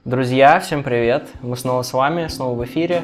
Друзья, всем привет! Мы снова с вами, снова в эфире.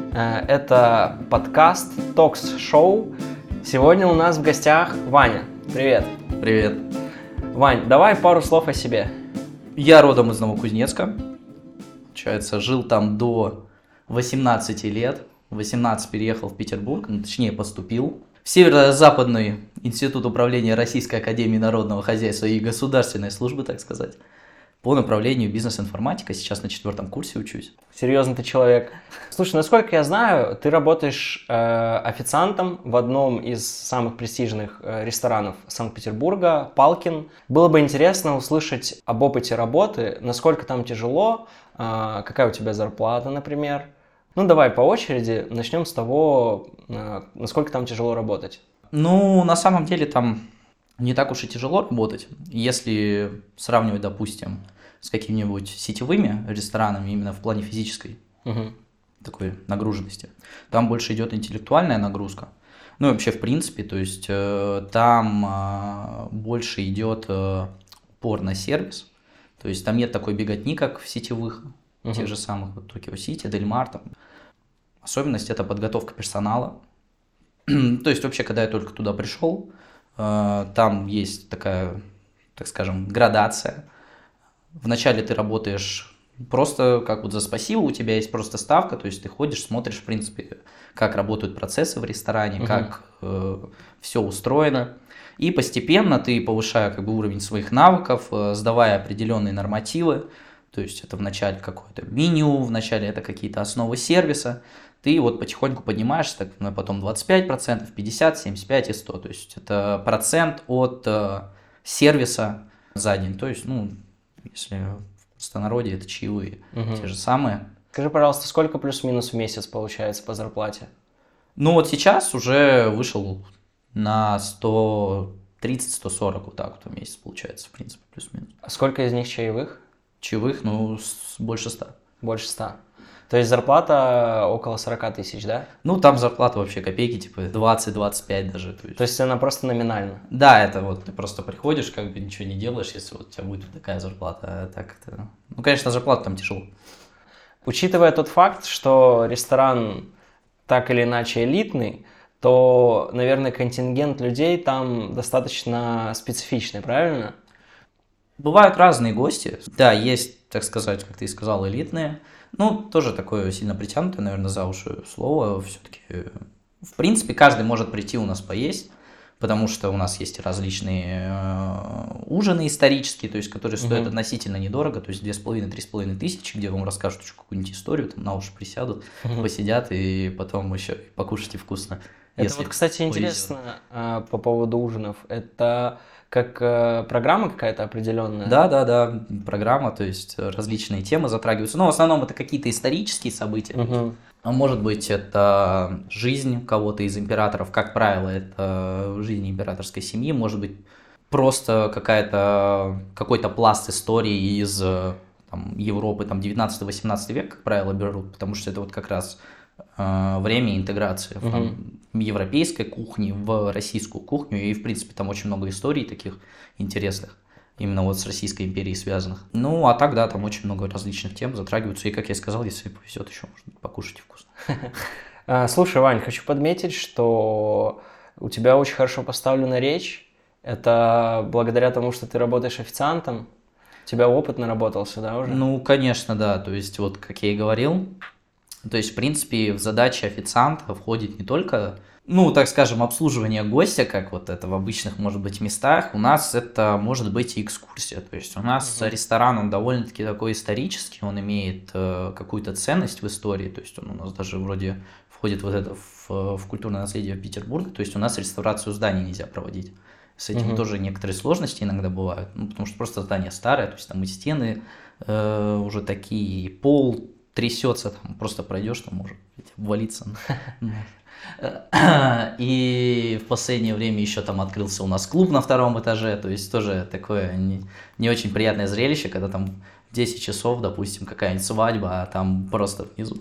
Это подкаст Talks Show. Сегодня у нас в гостях Ваня. Привет! Привет! Вань, давай пару слов о себе. Я родом из Новокузнецка. Получается, жил там до 18 лет. В 18 переехал в Петербург, точнее поступил в Северо-Западный институт управления Российской академии народного хозяйства и государственной службы, так сказать, по направлению бизнес-информатика. Сейчас на 4 курсе учусь. Серьезно ты человек. Слушай, насколько я знаю, ты работаешь официантом в одном из самых престижных ресторанов Санкт-Петербурга, Палкин. Было бы интересно услышать об опыте работы, насколько там тяжело, какая у тебя зарплата, например. Ну, давай по очереди начнем с того, насколько там тяжело работать. Ну, на самом деле там не так уж и тяжело работать, если сравнивать, допустим, с какими-нибудь сетевыми ресторанами именно в плане физической такой нагруженности. Там больше идет интеллектуальная нагрузка. Ну и вообще в принципе, то есть там больше идет упор на сервис. То есть там нет такой беготни, как в сетевых, тех же самых вот Tokyo City, Del Mar. Там. Особенность это подготовка персонала. То есть вообще, когда я только туда пришел, там есть такая, так скажем, градация. Вначале ты работаешь просто как вот за спасибо, у тебя есть просто ставка, то есть ты ходишь, смотришь, в принципе, как работают процессы в ресторане, как все устроено. И постепенно ты, повышая как бы уровень своих навыков, сдавая определенные нормативы, то есть это вначале какое-то меню, вначале это какие-то основы сервиса, ты вот потихоньку поднимаешься, так, потом 25%, 50%, 75% и 100%. То есть это процент от сервиса за день. То есть, ну, если в простонародье, это чаевые, те же самые. Скажи, пожалуйста, сколько плюс-минус в месяц получается по зарплате? Ну вот сейчас уже вышел на 130-140 вот так вот в месяц получается, в принципе, плюс-минус. А сколько из них чаевых? Чаевых, ну, больше 100. Больше 100. То есть зарплата около 40 тысяч, да? Ну, там зарплата вообще копейки, типа 20-25 даже. То есть она просто номинальна? Да, это вот ты просто приходишь, как бы ничего не делаешь, если вот у тебя будет такая зарплата. А так это... Ну, конечно, зарплата там тяжело. Учитывая тот факт, что ресторан так или иначе элитный, то, наверное, контингент людей там достаточно специфичный, правильно? Бывают разные гости. Да, есть, так сказать, как ты и сказал, элитные. Ну, тоже такое сильно притянутое, наверное, за уши слово. Все-таки, в принципе, каждый может прийти у нас поесть, потому что у нас есть различные ужины исторические, то есть, которые стоят относительно недорого, то есть 2,5-3,5 тысячи, где вам расскажут еще какую-нибудь историю, там на уши присядут, посидят и потом еще покушайте вкусно. Это вот, кстати, интересно по поводу ужинов. Это как программа какая-то определенная? Да, программа, то есть различные темы затрагиваются. Но в основном это какие-то исторические события. А может быть, это жизнь кого-то из императоров, как правило, это жизнь императорской семьи, может быть, просто какой-то пласт истории из там, Европы, там, 19-18 век, как правило, берут, потому что это вот как раз время интеграции в европейской кухни, в российскую кухню, и, в принципе, там очень много историй таких интересных, именно вот с Российской империей связанных. Ну, а так, да, там очень много различных тем затрагиваются, и, как я сказал, если повезет, еще можно покушать вкусно. Слушай, Вань, хочу подметить, что у тебя очень хорошо поставлена речь. Это благодаря тому, что ты работаешь официантом. У тебя опыт наработался, да, уже? Ну, конечно, да. То есть, вот, как я и говорил, то есть, в принципе, в задачи официанта входит не только, ну, так скажем, обслуживание гостя, как вот это в обычных, может быть, местах. У нас это может быть и экскурсия. То есть, у нас ресторан, он довольно-таки такой исторический, он имеет какую-то ценность в истории. То есть, он у нас даже вроде входит вот это в культурное наследие Петербурга. То есть, у нас реставрацию зданий нельзя проводить. С этим тоже некоторые сложности иногда бывают, ну, потому что просто здание старое, то есть там и стены уже такие, и пол трясется, там просто пройдешь, там может обвалиться. И в последнее время еще там открылся у нас клуб на 2-м этаже, то есть тоже такое не очень приятное зрелище, когда там в 10 часов, допустим, какая-нибудь свадьба, а там просто внизу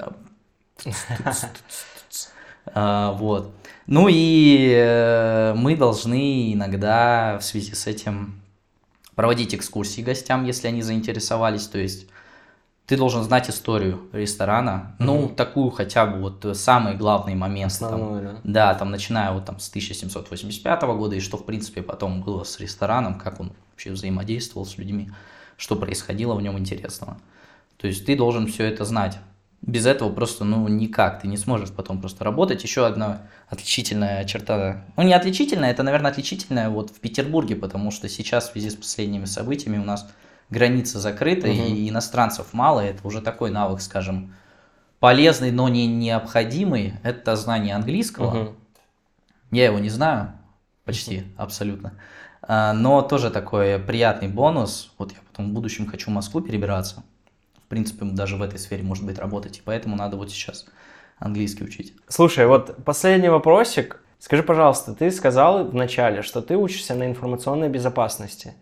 вот. Ну и мы должны иногда в связи с этим проводить экскурсии гостям, если они заинтересовались. То есть ты должен знать историю ресторана, ну, такую хотя бы вот самые главные моменты. Основную, там, да, там, начиная вот там с 1785 года, и что, в принципе, потом было с рестораном, как он вообще взаимодействовал с людьми, что происходило в нем интересного. То есть ты должен все это знать. Без этого просто, ну, никак, ты не сможешь потом просто работать. Еще одна отличительная черта, ну, не отличительная, это, наверное, отличительная вот в Петербурге, потому что сейчас в связи с последними событиями у нас граница закрыта, и иностранцев мало, это уже такой навык, скажем, полезный, но не необходимый, это знание английского. Я его не знаю почти, абсолютно, но тоже такой приятный бонус. Вот я потом в будущем хочу в Москву перебираться. В принципе, даже в этой сфере, может быть, работать, и поэтому надо вот сейчас английский учить. Слушай, вот последний вопросик. Скажи, пожалуйста, ты сказал в начале, что ты учишься на информационной безопасности.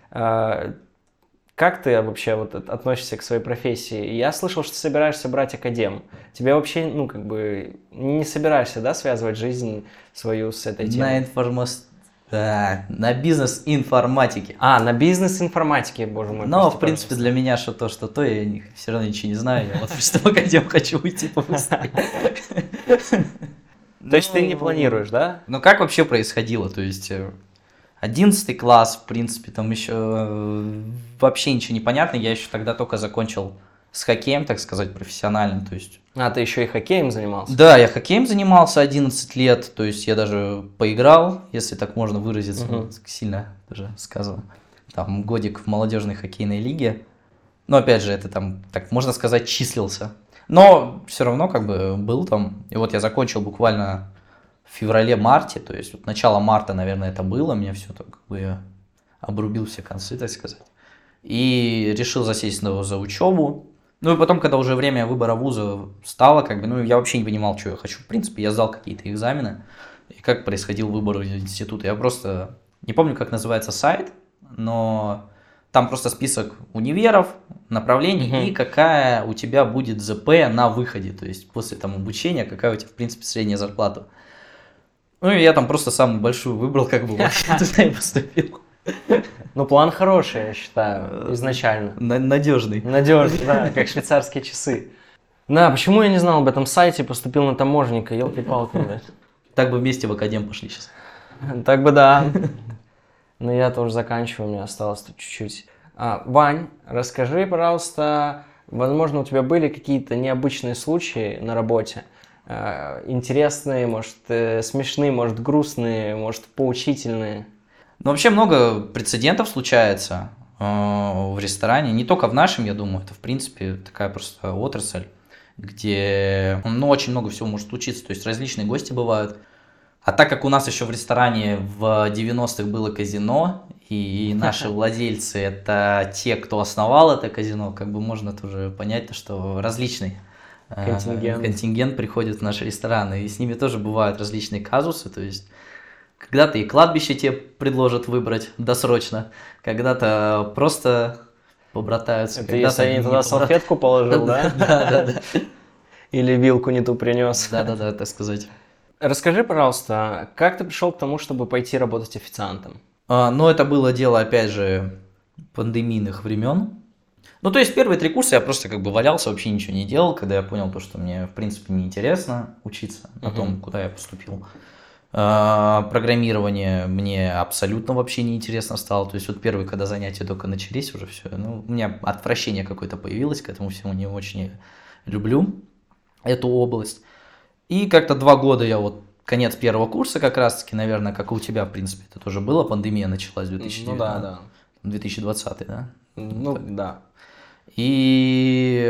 Как ты вообще вот относишься к своей профессии? Я слышал, что собираешься брать академ. Тебе вообще, ну, как бы, не собираешься, да, связывать жизнь свою с этой темой? На бизнес-информатике. На бизнес-информатике, боже мой. Но, в принципе, для меня что то, я все равно ничего не знаю. Я вот просто в академ хочу уйти побыстрее. То есть ты не планируешь, да? Ну, как вообще происходило? То есть 11 класс, в принципе, там еще вообще ничего не понятно. Я еще тогда только закончил с хоккеем, так сказать, профессиональным. То есть... ты еще и хоккеем занимался? Да, я хоккеем занимался 11 лет. То есть я даже поиграл, если так можно выразиться, сильно даже сказано. Там годик в молодежной хоккейной лиге. Но опять же, это там, так можно сказать, числился. Но все равно как бы был там. И вот я закончил буквально в феврале-марте, то есть вот начало марта, наверное, это было, меня все так как бы я обрубил все концы, так сказать. И решил засесть за учебу. Ну и потом, когда уже время выбора вуза стало, как бы, ну я вообще не понимал, что я хочу. В принципе, я сдал какие-то экзамены. И как происходил выбор института. Я просто не помню, как называется сайт, но там просто список универов, направлений и какая у тебя будет ЗП на выходе. То есть после там обучения, какая у тебя, в принципе, средняя зарплата. Ну, и я там просто самую большую выбрал, как бы, вот, туда и поступил. Ну, план хороший, я считаю, изначально. Надежный. Надежный, да, как швейцарские часы. Да, почему я не знал об этом сайте, поступил на таможенника, елки-палки, блядь. Так бы вместе в академ пошли сейчас. Так бы да. Но я тоже заканчиваю, у меня осталось тут чуть-чуть. Вань, расскажи, пожалуйста, возможно, у тебя были какие-то необычные случаи на работе? Интересные, может, смешные, может, грустные, может, поучительные? Ну, вообще много прецедентов случается в ресторане, не только в нашем, я думаю, это, в принципе, такая просто отрасль, где, ну, очень много всего может случиться, то есть различные гости бывают. А так как у нас еще в ресторане в 90-х было казино, и наши владельцы это те, кто основал это казино, как бы можно тоже понять, что различный контингент приходит в наши рестораны, и с ними тоже бывают различные казусы, то есть когда-то и кладбище тебе предложат выбрать досрочно, когда-то просто побратаются. Это если я не туда салфетку положил, да? Да. Или вилку не ту принес. Да, так сказать. Расскажи, пожалуйста, как ты пришел к тому, чтобы пойти работать официантом? Ну, это было дело, опять же, пандемийных времен. Ну, то есть первые 3 курса я просто как бы валялся, вообще ничего не делал, когда я понял то, что мне, в принципе, неинтересно учиться на том, куда я поступил. Программирование мне абсолютно вообще неинтересно стало. То есть вот первые, когда занятия только начались, уже все, ну, у меня отвращение какое-то появилось к этому всему, не очень люблю эту область. И как-то 2 года я вот, конец первого курса как раз-таки, наверное, как и у тебя, в принципе, это тоже было, пандемия началась в 2020, да? Ну, да. И,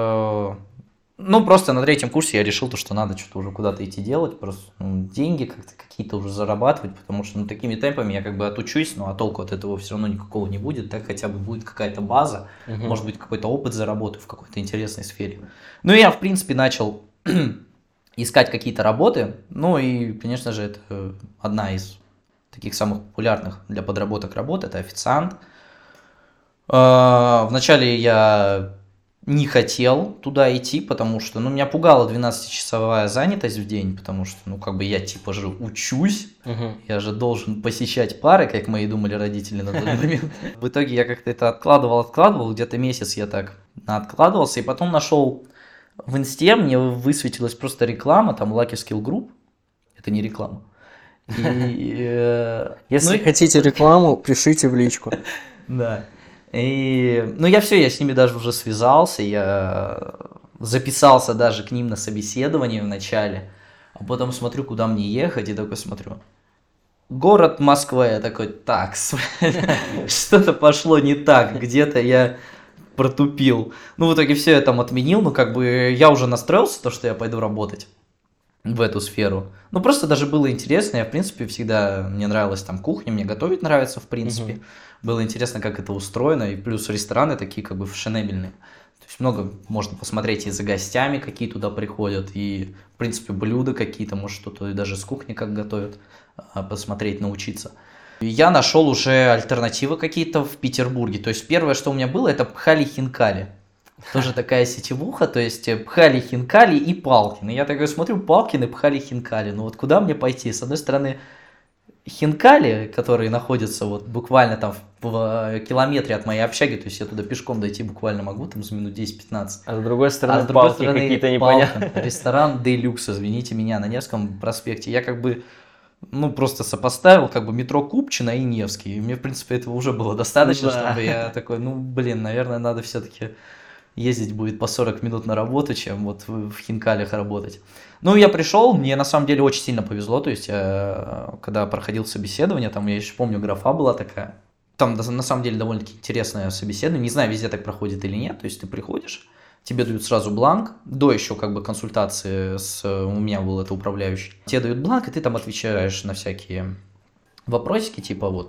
ну, просто на 3-м курсе я решил, что надо что-то уже куда-то идти делать, просто деньги как-то какие-то уже зарабатывать, потому что такими темпами я как бы отучусь, но толку от этого все равно никакого не будет, так хотя бы будет какая-то база, может быть, какой-то опыт заработаю в какой-то интересной сфере. Ну, я, в принципе, начал искать какие-то работы, ну, и, конечно же, это одна из таких самых популярных для подработок работ, это официант. Вначале я не хотел туда идти, потому что, меня пугала 12-часовая занятость в день, потому что, я типа же учусь, я же должен посещать пары, как мои думали родители на тот момент. В итоге я как-то это откладывал, где-то месяц я так откладывался, и потом нашел в инсте, мне высветилась просто реклама, там Lucky Skill Group, это не реклама. Если хотите рекламу, пишите в личку. Да. И, я с ними даже уже связался, я записался даже к ним на собеседование в начале, а потом смотрю, куда мне ехать, и такой смотрю, город Москва, я такой, так, что-то пошло не так, где-то я протупил. В итоге все я там отменил, я уже настроился, то, что я пойду работать в эту сферу. Просто даже было интересно, я, в принципе, всегда, мне нравилась там кухня, мне готовить нравится, в принципе. Было интересно, как это устроено, и плюс рестораны такие фешенебельные. То есть много можно посмотреть и за гостями, какие туда приходят, и, в принципе, блюда какие-то, может, что-то и даже с кухни как готовят, посмотреть, научиться. И я нашел уже альтернативы какие-то в Петербурге. То есть первое, что у меня было, это Пхали-Хинкали. Тоже такая сетевуха, то есть Пхали-Хинкали и Палкин. И я такой смотрю, Палкин и Пхали-Хинкали. Куда мне пойти? С одной стороны, Хинкали, которые находятся буквально там в километре от моей общаги, то есть я туда пешком дойти буквально могу, там за минут 10-15. А с другой стороны, Палки какие-то непонятные. Ресторан Делюкс, извините меня, на Невском проспекте. Я просто сопоставил метро Купчино и Невский. И мне, в принципе, этого уже было достаточно, чтобы я такой, наверное, надо все-таки ездить будет по 40 минут на работу, чем в Хинкалях работать. Я пришел, мне на самом деле очень сильно повезло, то есть я, когда проходил собеседование, там, я еще помню, графа была такая, там на самом деле довольно-таки интересное собеседование, не знаю, везде так проходит или нет, то есть ты приходишь, тебе дают сразу бланк, до еще консультации у меня был это управляющий, тебе дают бланк, и ты там отвечаешь на всякие вопросики, типа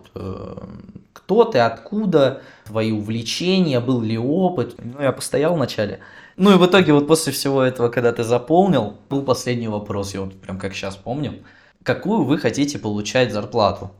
кто ты, откуда, твои увлечения, был ли опыт. Я постоял вначале. И в итоге после всего этого, когда ты заполнил, был последний вопрос, я прям как сейчас помню. Какую вы хотите получать зарплату?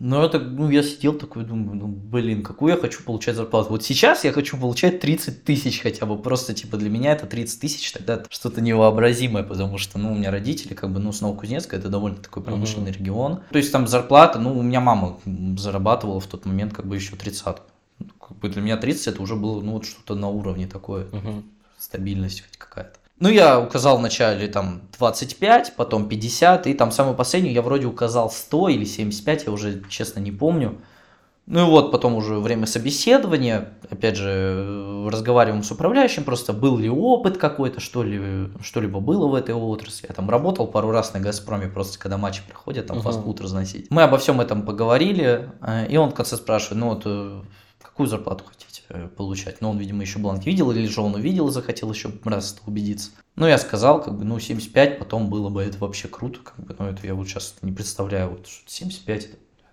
Я сидел такой, думаю, какую я хочу получать зарплату? Сейчас я хочу получать 30 тысяч хотя бы, просто для меня это 30 тысяч, тогда это что-то невообразимое, потому что, у меня родители, с Новокузнецка, это довольно такой промышленный регион. То есть там зарплата, у меня мама зарабатывала в тот момент еще 30. Для меня 30 это уже было, что-то на уровне такое, стабильность хоть какая-то. Я указал вначале там 25, потом 50, и там самую последнюю я вроде указал 100 или 75, я уже честно не помню. Потом уже время собеседования, опять же, разговариваем с управляющим, просто был ли опыт какой-то, что-либо было в этой отрасли. Я там работал пару раз на Газпроме, просто когда матчи проходят, там фастфуд разносить. Мы обо всем этом поговорили, и он в конце спрашивает, какую зарплату хотите получать? Он, видимо, еще бланк видел, или же он увидел и захотел еще раз убедиться. Я сказал, 75, потом было бы это вообще круто, это я сейчас не представляю, 75,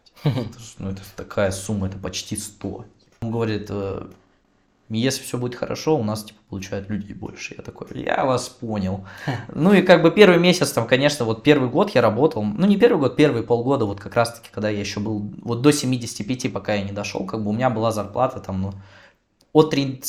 это такая сумма, это почти 100. Он говорит, если все будет хорошо, у нас получают людей больше. Я такой, я вас понял. Первый месяц, там, конечно, первый год я работал, не первый год, первые полгода, как раз таки, когда я еще был, до 75, пока я не дошел, у меня была зарплата там, от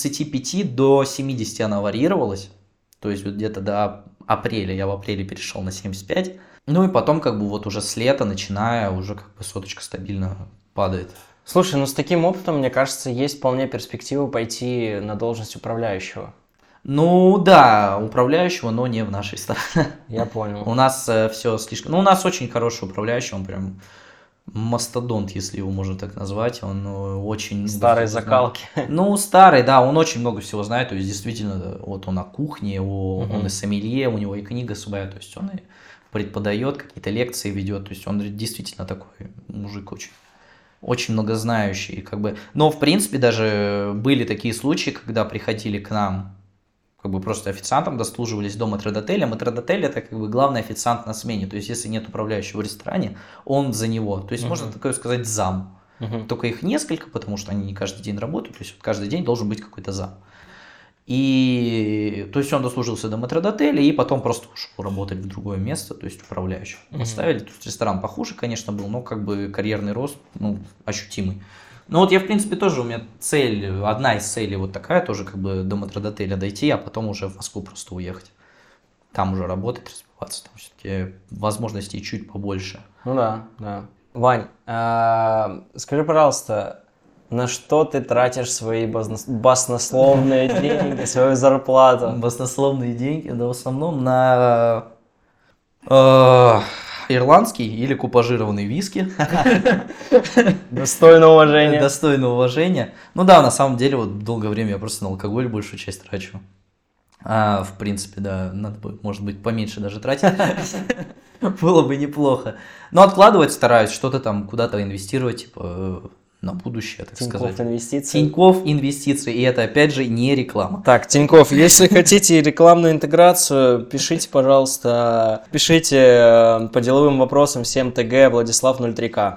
35 до 70 она варьировалась, то есть где-то до апреля, я в апреле перешел на 75, и потом уже с лета, начиная, уже соточка стабильно падает. Слушай, с таким опытом, мне кажется, есть вполне перспектива пойти на должность управляющего. Да, управляющего, но не в нашей стране. Я понял. У нас все слишком... у нас очень хороший управляющий, он прям мастодонт, если его можно так назвать. Он очень... Старой закалки. Старый, да, он очень много всего знает. То есть, действительно, он о кухне, он и сомелье, у него и книга своя. То есть, он и преподает, какие-то лекции ведет. То есть, он действительно такой мужик очень многознающий. Но, в принципе, даже были такие случаи, когда приходили к нам просто официантом, дослуживались до метрдотеля. Метрдотель – это главный официант на смене. То есть, если нет управляющего в ресторане, он за него. То есть, можно такое сказать, зам. Только их несколько, потому что они не каждый день работают. То есть, каждый день должен быть какой-то зам. И, то есть, он дослужился до метрдотеля и потом просто ушел работать в другое место, то есть, управляющим. Поставили, то есть, ресторан похуже, конечно, был, но карьерный рост, ощутимый. Ну вот я, в принципе, тоже, у меня одна из целей вот такая, тоже как бы до метрдотеля дойти, а потом уже в Москву просто уехать. Там уже работать, развиваться, там все-таки возможностей чуть побольше. Ну да, да. Вань, скажи, пожалуйста, на что ты тратишь свои баснословные деньги, свою зарплату? Баснословные деньги, да, в основном на ирландский или купажированный виски. Достойно уважения. Достойно уважения. Ну да, на самом деле, вот долгое время я просто на алкоголь большую часть трачу. В принципе, да, надо бы, может быть, поменьше даже тратить. Было бы неплохо. Но откладывать стараюсь, что-то там куда-то инвестировать, типа на будущее, так сказать. Тинькофф инвестиции. Тинькофф инвестиции, и это опять же не реклама. Так, Тинькофф, если хотите рекламную интеграцию, пишите, пожалуйста, пишите по деловым вопросам 7 ТГ Владислав 03К.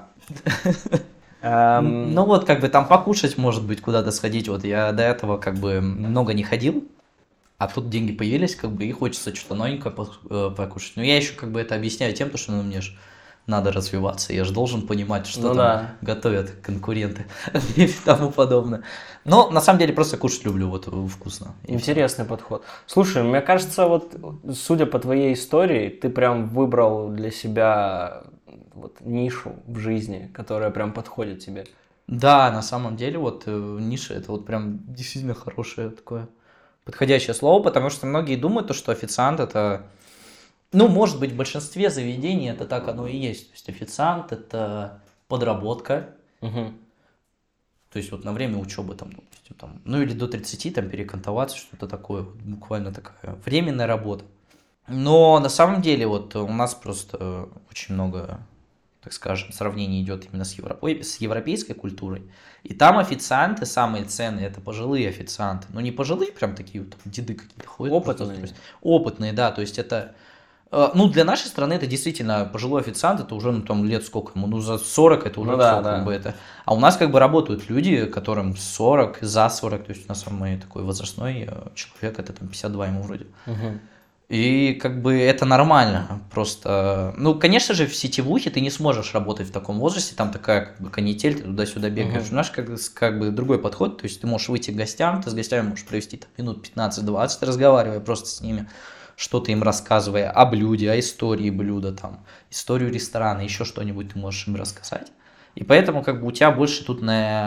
Ну вот, как бы там покушать, может быть, куда-то сходить. Вот я до этого как бы много не ходил, а тут деньги появились, как бы, и хочется что-то новенькое покушать. Но я еще как бы это объясняю тем, что ну, мне же надо развиваться, я же должен понимать, что там готовят конкуренты и тому подобное. Но на самом деле просто кушать люблю, вот вкусно. Интересный подход. Слушай, мне кажется, вот судя по твоей истории, ты прям выбрал для себя вот нишу в жизни, которая прям подходит тебе. Да, на самом деле вот ниша это вот прям действительно хорошее такое подходящее слово, потому что многие думают, что официант это... Ну, может быть, в большинстве заведений это так оно и есть. То есть официант это подработка. Угу. То есть вот на время учебы там, допустим, там, ну или до 30 там перекантоваться, что-то такое, буквально такая временная работа. Но на самом деле вот у нас просто очень много, так скажем, сравнений идет именно с европейской культурой. И там официанты самые ценные, это пожилые официанты. Ну не пожилые, прям такие вот деды какие-то ходят. Опытные. Просто, опытные, да, то есть это... Ну, для нашей страны это действительно пожилой официант, это уже, ну, там, лет сколько ему, ну, за 40 это уже все, как бы это. А у нас, как бы, работают люди, которым 40, за 40, то есть у нас самый такой возрастной человек, это там 52 ему вроде. Угу. И, как бы, это нормально, просто, ну, конечно же, в сетевухе ты не сможешь работать в таком возрасте, там такая, как бы, канитель, ты туда-сюда бегаешь. У нас, как бы, другой подход, то есть ты можешь выйти к гостям, ты с гостями можешь провести там, минут 15-20, разговаривая просто с ними. Что-то им рассказывая о блюде, о истории блюда, там, историю ресторана, еще что-нибудь ты можешь им рассказать. И поэтому как бы у тебя больше тут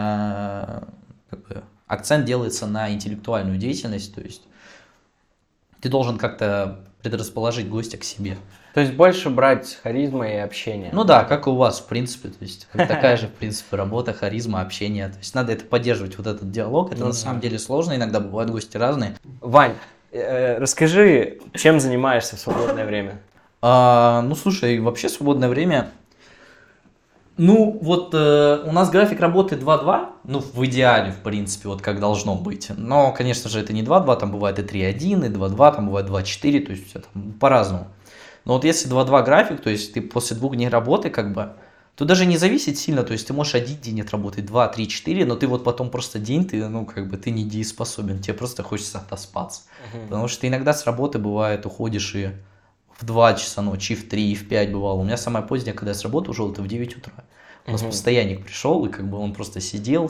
как бы, акцент делается на интеллектуальную деятельность, то есть ты должен как-то предрасположить гостя к себе. То есть больше брать харизма и общение. Ну да, как и у вас, в принципе, то есть такая же, в принципе, работа, харизма, общение. То есть надо это поддерживать, вот этот диалог. Это на самом деле сложно, иногда бывают гости разные. Вань, расскажи, чем занимаешься в свободное время? Ну, слушай, вообще свободное время... Ну, вот у нас график работы 2-2, ну, в идеале, в принципе, вот как должно быть. Но, конечно же, это не 2-2, там бывает и 3-1, и 2-2, там бывает 2-4, то есть все там по-разному. Но вот если 2-2 график, то есть ты после 2 дней работы, как бы, то даже не зависит сильно, то есть ты можешь один день отработать, 2, 3, 4, но ты вот потом просто день, ты, ну, как бы, ты не дееспособен, тебе просто хочется отоспаться. Потому что иногда с работы бывает, уходишь и в 2 часа ночи, и в 3, и в 5 бывало. У меня самое позднее, когда я с работы ушел, это в 9 утра. У нас постоянник пришел, и как бы он просто сидел.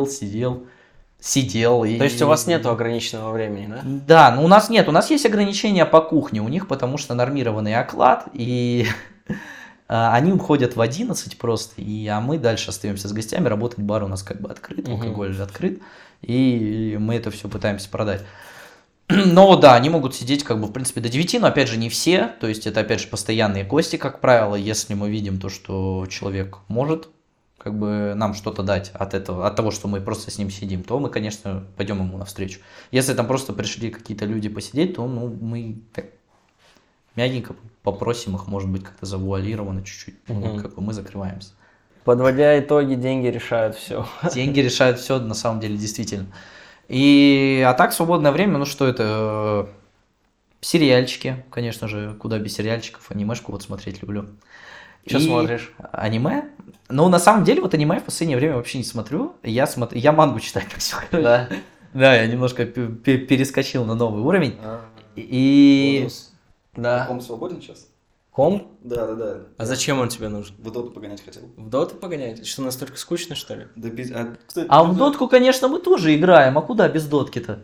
И... То есть у вас нету ограниченного времени, да? Да, но у нас нет, у нас есть ограничения по кухне у них, потому что нормированный оклад, и они уходят в 11 просто, а мы дальше остаемся с гостями, работать бар у нас как бы открыт, алкоголь открыт, и мы это все пытаемся продать. Но да, они могут сидеть как бы в принципе до 9, но опять же не все, то есть это опять же постоянные гости, как правило, если мы видим то, что человек может как бы нам что-то дать от того, что мы просто с ним сидим, то мы, конечно, пойдем ему навстречу. Если там просто пришли какие-то люди посидеть, то ну, мы так мягенько попросим их, может быть, как-то завуалированно чуть-чуть, как бы мы закрываемся. Подводя итоги, деньги решают все. Деньги решают все, на самом деле, действительно. А так, свободное время, ну что это, сериальчики, конечно же, куда без сериальчиков, анимешку вот смотреть люблю. Что смотришь? Аниме? Ну, на самом деле, вот аниме в последнее время вообще не смотрю. Я мангу читать начал. Да? Да, я немножко перескочил на новый уровень. Да. Он свободен сейчас? Комп? Да. А зачем он тебе нужен? В доту погонять хотел. В доту погонять? Что, настолько скучно, что ли? Да, кстати, А в дотку, конечно, мы тоже играем. А куда без дотки-то?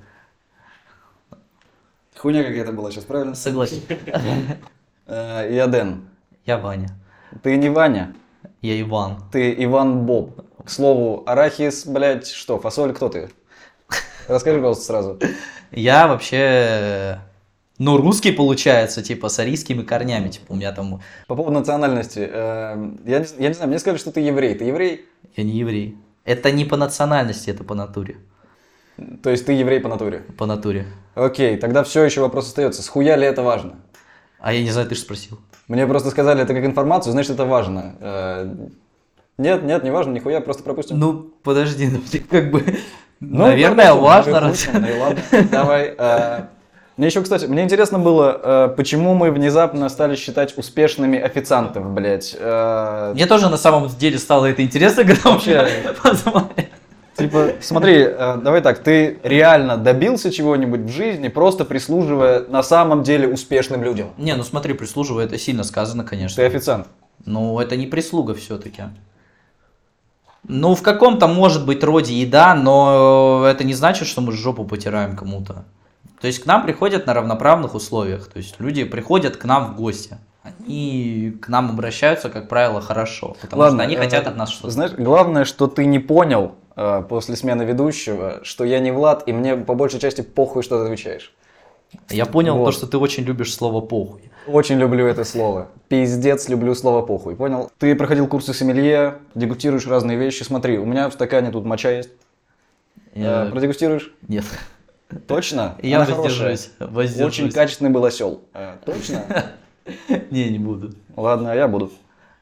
хуйня какая-то была сейчас, правильно? Согласен. Я Дэн. Я Ваня. Ты не Ваня, Я Иван. ты Иван Боб. К слову, арахис, блядь, что, фасоль, кто ты? Расскажи, пожалуйста, сразу. Я вообще... Ну, русский получается, типа, с арийскими корнями. Типа, у меня там... По поводу национальности. Я не знаю, мне сказали, что ты еврей. Ты еврей? Я не еврей. Это не по национальности, это по натуре. То есть ты еврей по натуре? По натуре. Окей, тогда все еще вопрос остается. Схуя ли это важно? А я не знаю, ты же спросил. Мне просто сказали это как информацию, значит это важно. Нет, не важно, нихуя, просто пропустим. Ну, подожди, ну ты как бы... Ну, наверное, пропустим, важно. пропустим, ну и ладно, давай. Мне еще, кстати, мне интересно было, почему мы внезапно стали считать успешными официантов, блядь. Мне тоже на самом деле стало это интересно, когда вообще позвали. Типа, смотри, давай так, ты реально добился чего-нибудь в жизни, просто прислуживая на самом деле успешным людям? Не, ну смотри, прислуживая, это сильно сказано, конечно. Ты официант. Ну, это не прислуга все-таки. Ну, в каком-то, может быть, роде и да, но это не значит, что мы жопу потираем кому-то. То есть к нам приходят на равноправных условиях. То есть люди приходят к нам в гости. Они к нам обращаются, как правило, хорошо. Потому что они хотят от нас что-то. Знаешь, главное, что ты не понял после смены ведущего, что я не Влад, и мне по большей части похуй, что ты отвечаешь. Я понял Вот. то, что ты очень любишь слово «похуй». Очень люблю это слово. Пиздец, люблю слово похуй, понял? Ты проходил курсы сомелье, дегустируешь разные вещи. Смотри, у меня в стакане тут моча есть. Продегустируешь? Нет. Точно? Я Она хорошая. воздержусь. Очень качественный был осел. Точно? Не буду. Ладно, я буду.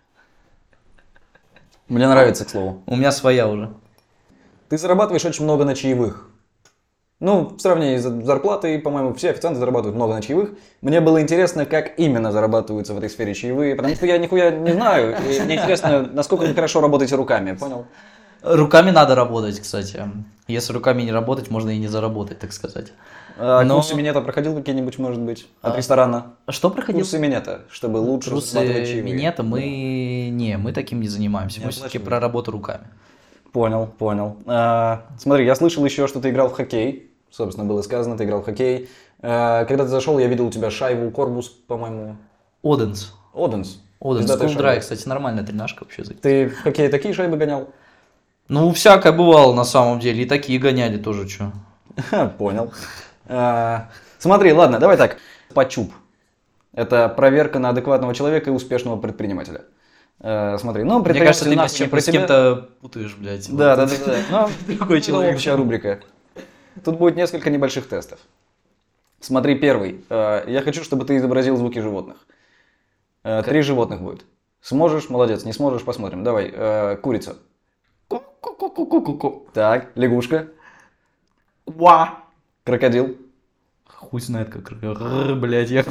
Мне нравится, к слову. У меня своя уже. Ты зарабатываешь очень много на чаевых. Ну, в сравнении с зарплатой, по-моему, все официанты зарабатывают много на чаевых. Мне было интересно, как именно зарабатываются в этой сфере чаевые, потому что я нихуя не знаю. И мне интересно, насколько вы хорошо работаете руками, понял? Руками надо работать, кстати. Если руками не работать, можно и не заработать, так сказать. Курсы минета проходил какие-нибудь, может быть, от ресторана? Что проходил? Курсы минета, чтобы лучше зарабатывать Курсы чаевые. минета мы таким не занимаемся. Не Мы все-таки оплачиваете? про работу руками. Понял. Смотри, я слышал еще, что ты играл в хоккей. Собственно, было сказано, ты играл в хоккей. Когда ты зашел, я видел у тебя шайбу, корпус, по-моему. Оденс. Оденс. Оденс. Пиздатая Скулдрай, шайба. кстати, нормальная тренажка вообще. Ты в хоккее такие шайбы гонял? Ну, всякое бывало на самом деле. И такие гоняли тоже, что. Понял. Смотри, ладно, давай так. Почуп. Это проверка на адекватного человека и успешного предпринимателя. Смотри, ну, Мне кажется, ты меня предприниматель с нахуй не про тебя. кем-то путаешь, блядь. Да. Ну, Другой человек. общая рубрика. Тут будет несколько небольших тестов. Смотри, первый. Я хочу, чтобы ты изобразил звуки животных. 3 животных будет. Сможешь? Молодец. Не сможешь? Посмотрим. Давай. Курица. Ку-ку-ку-ку-ку. Так. Лягушка. Ва. Крокодил. Хуй знает, как. Блядь, я...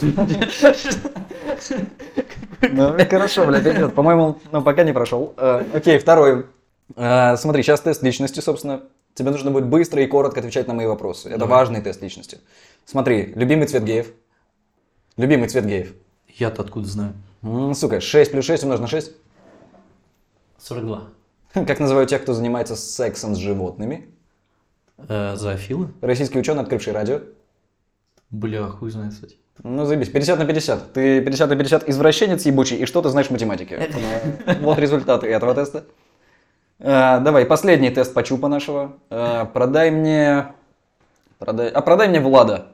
Ну, хорошо, блядь, идет. По-моему, пока не прошел. Окей, второй. Смотри, сейчас тест личности, собственно. Тебе нужно будет быстро и коротко отвечать на мои вопросы. Это важный тест личности. Смотри, любимый цвет геев. Любимый цвет геев. Я-то откуда знаю? Сука, 6 плюс 6 умножить на 6. 42. Как называют тех, кто занимается сексом с животными? Зоофилы? Российский ученый, открывший радио. Бля, хуй знает, кстати. Ну, заебись, 50 на 50. Ты 50 на 50 извращенец ебучий, и что ты знаешь в математике? Вот результаты этого теста. Давай, последний тест по чупа нашего. Продай мне Влада.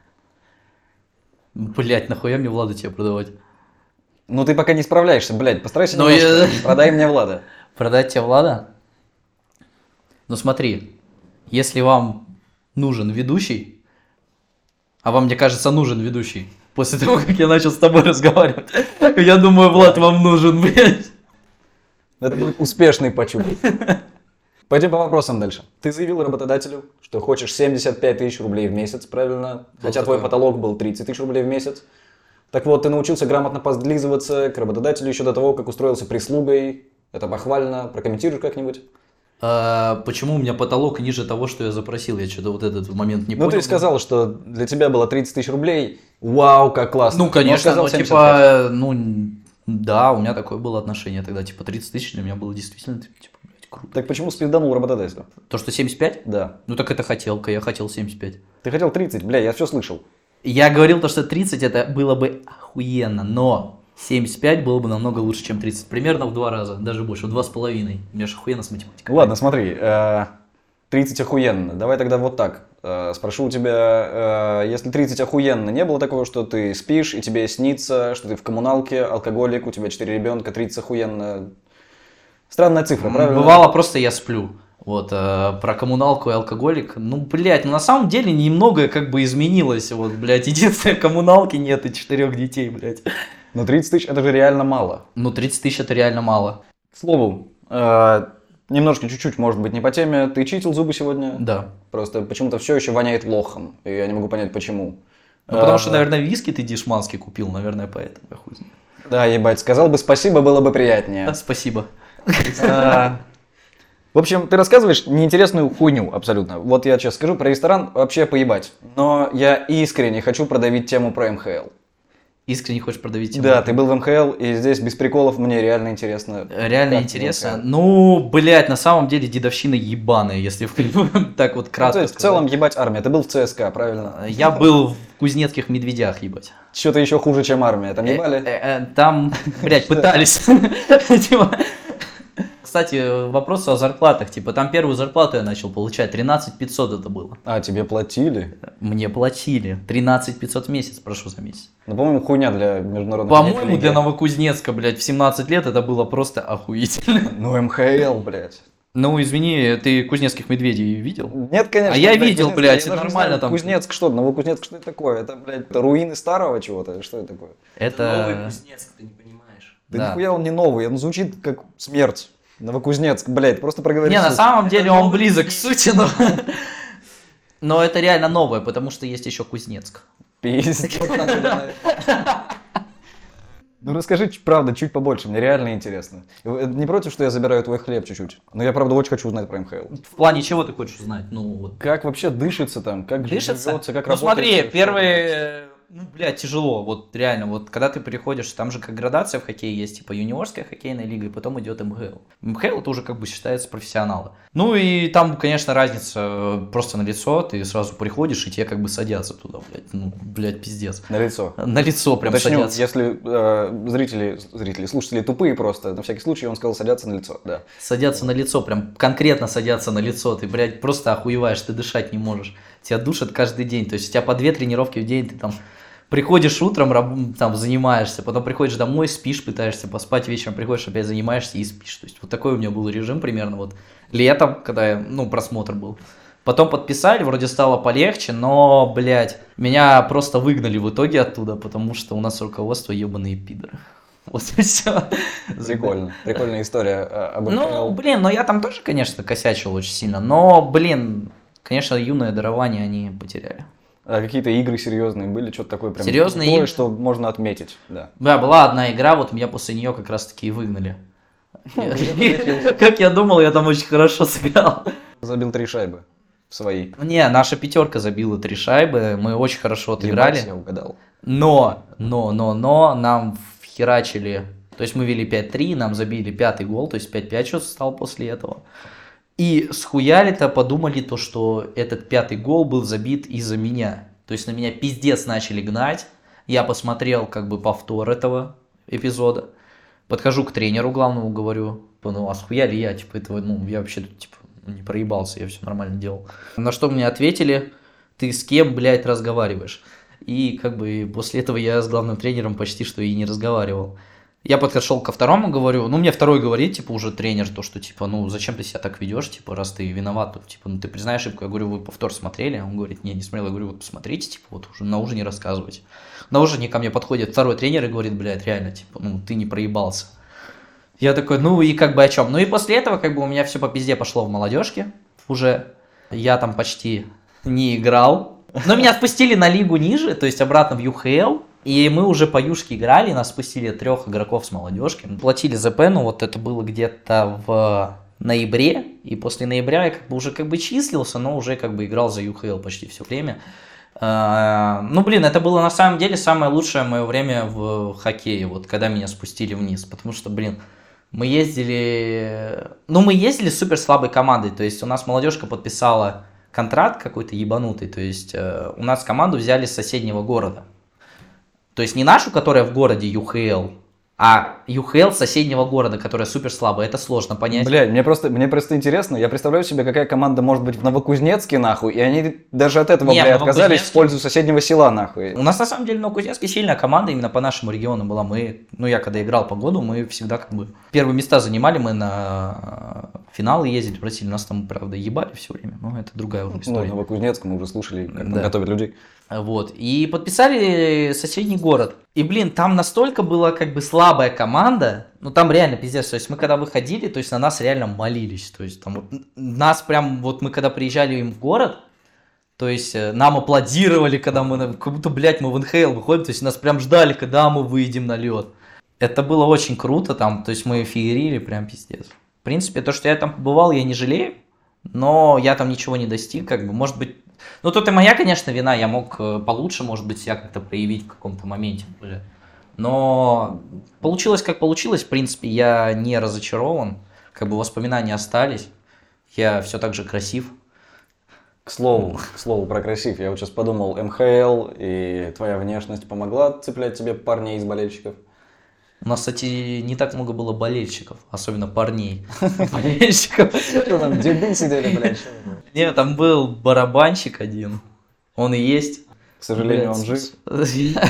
Блять, нахуя мне Влада тебе продавать? Ну, ты пока не справляешься, блядь, постарайся Ну, немножко. Продай мне Влада. Продать тебе Влада? Ну смотри, если вам нужен ведущий, а вам, мне кажется, нужен ведущий, после того, как я начал с тобой разговаривать, я думаю, Влад вам нужен, блядь. Это будет успешный почуп. Пойдем по вопросам дальше. Ты заявил работодателю, что хочешь 75 тысяч рублей в месяц, правильно? Хотя твой потолок был 30 тысяч рублей в месяц. Так вот, ты научился грамотно подлизываться к работодателю еще до того, как устроился прислугой. Это похвально. Прокомментируешь как-нибудь? Почему у меня потолок ниже того, что я запросил? Я что-то вот этот момент не понял. Ну, ты сказал, что для тебя было 30 тысяч рублей, Вау, как классно. Ну, конечно, сказал ну, 75. типа, ну, да, у меня такое было отношение тогда, типа, 30 тысяч для меня было действительно, типа, блядь, круто. Так почему спизданул работодателю? То, что 75? Да. Ну, так это хотелка, я хотел 75. Ты хотел 30, бля, я все слышал. Я говорил то, что 30 это было бы охуенно, но 75 было бы намного лучше, чем 30. Примерно в 2 раза, даже больше, в 2,5. У меня же охуенно с математикой. Ладно, смотри, 30 охуенно. Давай тогда вот так. Спрошу у тебя, если 30 охуенно, не было такого, что ты спишь и тебе снится, что ты в коммуналке, алкоголик, у тебя 4 ребенка, 30 охуенно. Странная цифра, правильно? Бывало, просто я сплю. Вот, про коммуналку и алкоголик. Ну, блядь, ну на самом деле немного как бы изменилось. Вот, блядь, единственное, коммуналки нет и 4 детей, блядь. Но 30 тысяч это же реально мало. Ну, 30 тысяч это реально мало. К слову, немножко чуть-чуть, может быть, не по теме. Ты чистил зубы сегодня? Да. Просто почему-то все еще воняет лохом. И я не могу понять, почему. Ну, потому что, наверное, виски ты дешманский купил, наверное, поэтому. Я хуй знает. Да, ебать, сказал бы спасибо, было бы приятнее. Да, спасибо. В общем, ты рассказываешь неинтересную хуйню абсолютно. Вот я сейчас скажу про ресторан, вообще поебать. Но я искренне хочу продавить тему про МХЛ. Искренне хочешь продавить тему? Да, ты был в МХЛ, и здесь без приколов мне реально интересно. Реально как интересно. МХЛ. Ну, блядь, на самом деле дедовщина ебаная, если так вот Ну, кратко то есть, в сказать. целом, ебать армия. Ты был в ЦСКА, правильно? Я был в кузнецких медведях, ебать. Что-то еще хуже, чем армия. Там ебали? Там, блядь, пытались. Типа, кстати, вопрос о зарплатах. Типа, там первую зарплату я начал получать. 13 500 это было. А, тебе платили? Мне платили. 13 500 в месяц, прошу за месяц. Ну, по-моему, хуйня для международных По-моему, лиг. для Новокузнецка, блядь, в 17 лет это было просто охуительно. Ну, МХЛ, блядь. Ну, извини, ты кузнецких медведей видел? Нет, конечно. А я блядь, видел, Кузнецк, блядь, я даже не нормально знаю, там. Кузнецк что? Новокузнецк что это такое? Это, блядь, это руины старого чего-то? Что это такое? Это... Кузнецк, ты не понимаешь. Да, Да. нихуя он не новый, он звучит как смерть. Новокузнецк, блядь, просто проговорить. Не, на суть. самом деле он близок к сути, но... Но это реально новое, потому что есть еще Кузнецк. Пиздец. Ну расскажи, правда, чуть побольше, мне реально интересно. Не против, что я забираю твой хлеб чуть-чуть? Но я, правда, очень хочу узнать про МХЛ. В плане чего ты хочешь узнать? Ну, вот. Как вообще дышится там, как Дышится? живется, как Ну работает? смотри, всё, первые... Ну, блядь, тяжело, вот реально, вот когда ты приходишь, там же как градация в хоккее есть, типа юниорская хоккейная лига, и потом идет МХЛ. МХЛ это уже как бы считается профессионалы. Ну и там, конечно, разница просто на лицо, ты сразу приходишь, и тебе как бы садятся туда, блядь, ну, блядь, пиздец. На лицо. На лицо прям Уточню, садятся. если зрители, слушатели тупые просто, на всякий случай он сказал садятся на лицо, да. Садятся на лицо, прям конкретно садятся на лицо, ты, блядь, просто охуеваешь, ты дышать не можешь. Тебя душат каждый день, то есть у тебя по 2 тренировки в день, ты там приходишь утром, там занимаешься, потом приходишь домой, спишь, пытаешься поспать, вечером приходишь, опять занимаешься и спишь. То есть вот такой у меня был режим примерно вот летом, когда я, ну, просмотр был. Потом подписали, вроде стало полегче, но, блядь, меня просто выгнали в итоге оттуда, потому что у нас руководство ебаные пидоры. Вот и все. Прикольно. Прикольная история об Ну, МХЛ. блин, ну я там тоже, конечно, косячил очень сильно, но, блин, конечно, юное дарование они потеряли. А какие-то игры серьезные были, что-то такое прям Серьезные крутое, игры? что можно отметить, да. Да, была одна игра, вот меня после нее как раз таки и выгнали. Как я думал, я там очень хорошо сыграл. Забил 3 шайбы свои. Не, наша пятерка забила 3 шайбы, мы очень хорошо отыграли. Ебать, я угадал. Но нам вхерачили, то есть мы вели 5-3, нам забили 5-й гол, то есть 5-5 что стал после этого. И схуяли-то подумали то, что этот 5-й гол был забит из-за меня. То есть на меня пиздец начали гнать. Я посмотрел как бы повтор этого эпизода. Подхожу к тренеру главному, говорю, ну а схуяли я, типа этого, ну я вообще типа не проебался, я все нормально делал. На что мне ответили, ты с кем, блядь, разговариваешь? И как бы после этого я с главным тренером почти что и не разговаривал. Я подошел ко второму, говорю, ну мне второй говорит, типа уже тренер, то что типа, ну зачем ты себя так ведешь, типа раз ты виноват, то, типа, ну ты признаешь ошибку. Я говорю, вы повтор смотрели? Он говорит, не смотрел. Я говорю, вот посмотрите, типа вот уже на ужине рассказывайте. На ужине ко мне подходит второй тренер и говорит, блядь, реально, типа, ну ты не проебался. Я такой, ну и как бы о чем? Ну и после этого как бы у меня все по пизде пошло в молодежке уже. Я там почти не играл. Но меня спустили на лигу ниже, то есть обратно в ЮХЛ. И мы уже по юшке играли, нас спустили 3 игроков с молодежки. Платили ЗП, ну вот это было где-то в ноябре. И после ноября я как бы уже как бы числился, но уже как бы играл за ЮХЛ почти все время. Ну, блин, это было на самом деле самое лучшее мое время в хоккее, вот когда меня спустили вниз, потому что, блин, мы ездили с супер слабой командой, то есть у нас молодежка подписала контракт какой-то ебанутый, то есть у нас команду взяли с соседнего города, то есть не нашу, которая в городе ЮХЛ, а ЮХЛ соседнего города, которая супер слабая, это сложно понять. Блядь, мне просто интересно, я представляю себе, какая команда может быть в Новокузнецке, нахуй, и они даже от этого, блядь, отказались в пользу соседнего села, нахуй. У нас на самом деле в Новокузнецке сильная команда именно по нашему региону была. Я когда играл по году, мы всегда как бы первые места занимали, мы на финалы ездили в Россию, нас там, правда, ебали все время, но это другая уже история. Ну, Новокузнецк мы уже слушали, как там готовят людей. Вот, и подписали соседний город. И, блин, там настолько была как бы слабая команда, ну там реально пиздец, то есть мы когда выходили, то есть на нас реально молились, то есть там вот нас прям, вот мы когда приезжали им в город, то есть нам аплодировали, когда мы, как будто, блядь, мы в НХЛ выходим, то есть нас прям ждали, когда мы выйдем на лед. Это было очень круто там, то есть мы феерили, прям пиздец. В принципе, то, что я там побывал, я не жалею, но я там ничего не достиг, как бы, может быть. Ну, тут и моя, конечно, вина, я мог получше, может быть, себя как-то проявить в каком-то моменте уже. Но получилось, как получилось, в принципе, я не разочарован, как бы воспоминания остались, я все так же красив. К слову про красив, я вот сейчас подумал, МХЛ и твоя внешность помогла цеплять тебе парней из болельщиков? У нас, кстати, не так много было болельщиков, особенно парней. Болельщиков. Что там, деды сидели, блядь? Нет, там был барабанщик один. Он и есть. К сожалению, он жив. Ну,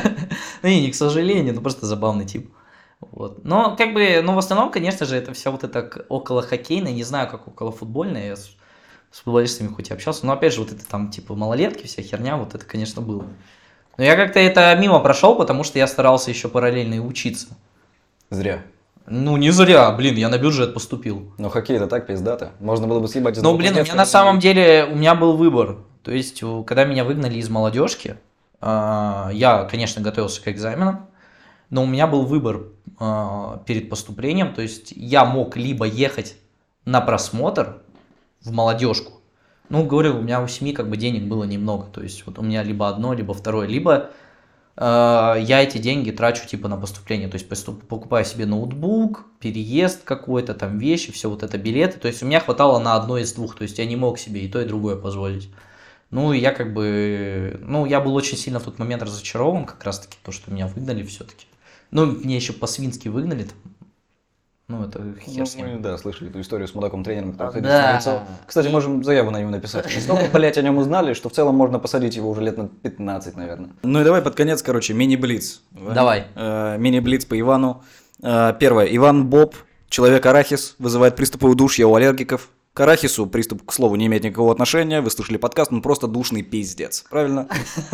не к сожалению, просто забавный тип. Вот. Но, как бы, в основном, конечно же, это все вот это около хоккейное, не знаю, как около футбольное. Я с футболистами хоть и общался, но, опять же, вот это там, типа, малолетки, вся херня, вот это, конечно, было. Но я как-то это мимо прошел, потому что я старался еще параллельно и учиться. Зря. Ну, не зря, блин, я на бюджет поступил. Но хоккей это так пиздато. Можно было бы съебать из Ну, блин, у меня на самом деле, у меня был выбор. То есть, когда меня выгнали из молодежки, я, конечно, готовился к экзаменам, но у меня был выбор перед поступлением. То есть, я мог либо ехать на просмотр в молодежку. Ну, говорю, у меня у семьи как бы денег было немного. То есть, вот у меня либо одно, либо второе, либо я эти деньги трачу типа на поступление, то есть покупаю себе ноутбук, переезд какой-то, там вещи, все вот это, билеты, то есть у меня хватало на одно из двух, то есть я не мог себе и то, и другое позволить. Ну, и я как бы, я был очень сильно в тот момент разочарован, как раз таки, то, что меня выгнали все-таки. Ну, меня еще по-свински выгнали, ну, это хер с ним. Мы, да, слышали эту историю с мудаком-тренером, который Да. Кстати, можем заяву на него написать. Столько, блядь, о нем узнали, что в целом можно посадить его уже лет на 15, наверное. Ну и давай под конец, короче, мини-блиц. Давай. Мини-блиц по Ивану. Первое. Иван Боб, человек-арахис, вызывает приступы удушья у аллергиков. К арахису приступ, к слову, не имеет никакого отношения. Вы слушали подкаст, он просто душный пиздец. Правильно?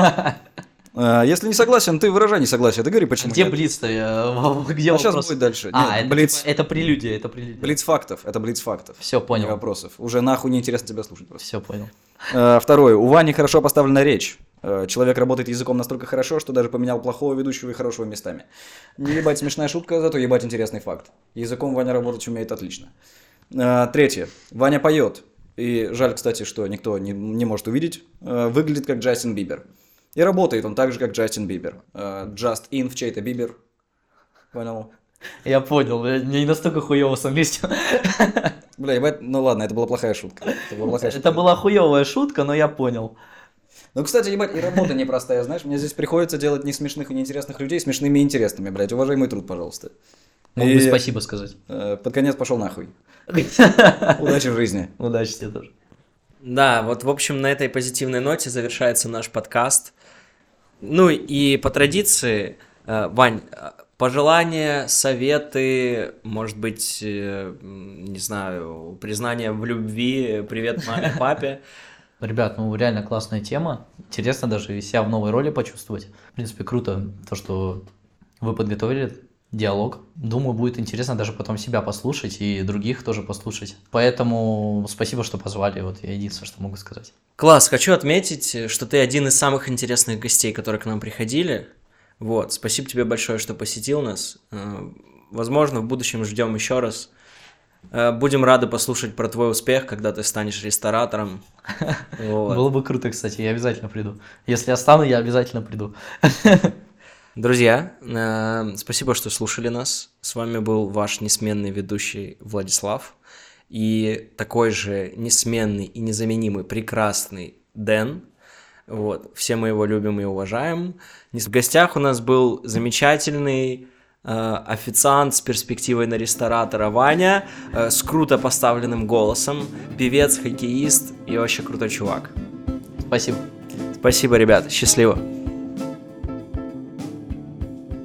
Если не согласен, ты выражай несогласие. Ты говори, почему. Где блиц-то? Где сейчас будет дальше. Это прелюдия, Блиц фактов. Это блиц фактов. Все, понял. Не вопросов. Уже нахуй неинтересно тебя слушать просто. Все, понял. Второе. У Вани хорошо поставлена речь. Человек работает языком настолько хорошо, что даже поменял плохого ведущего и хорошего местами. Не ебать смешная шутка, зато ебать интересный факт. Языком Ваня работать умеет отлично. Третье. Ваня поет. И жаль, кстати, что никто не может увидеть. Выглядит как Джастин Бибер. И работает он так же, как Джастин Бибер. Just in в чей-то Бибер. Понял? Я понял, мне не настолько хуёво с английским. Бля, ебать, ну ладно, это была плохая шутка. Это была хуёвая шутка, но я понял. Ну, кстати, ебать, и работа непростая, знаешь, мне здесь приходится делать не смешных и неинтересных людей, смешными и интересными, блядь. Уважай мой труд, пожалуйста. Мог бы спасибо сказать. Под конец пошел нахуй. Удачи в жизни. Удачи тебе тоже. Да, вот, в общем, на этой позитивной ноте завершается наш подкаст. Ну и по традиции, Вань, пожелания, советы, может быть, не знаю, признание в любви, привет маме, папе. Ребят, реально классная тема. Интересно даже себя в новой роли почувствовать. В принципе, круто то, что вы подготовили диалог. Думаю, будет интересно даже потом себя послушать и других тоже послушать. Поэтому спасибо, что позвали. Вот я единственное, что могу сказать. Класс, хочу отметить, что ты один из самых интересных гостей, которые к нам приходили. Вот, спасибо тебе большое, что посетил нас. Возможно, в будущем ждем еще раз. Будем рады послушать про твой успех, когда ты станешь ресторатором. Вот. Было бы круто, кстати, я обязательно приду. Если я стану, я обязательно приду. Друзья, спасибо, что слушали нас. С вами был ваш несменный ведущий Владислав и такой же несменный и незаменимый прекрасный Дэн. Вот. Все мы его любим и уважаем. В гостях у нас был замечательный официант с перспективой на ресторатора Ваня, с круто поставленным голосом, певец, хоккеист и вообще крутой чувак. Спасибо. Спасибо, ребята. Счастливо.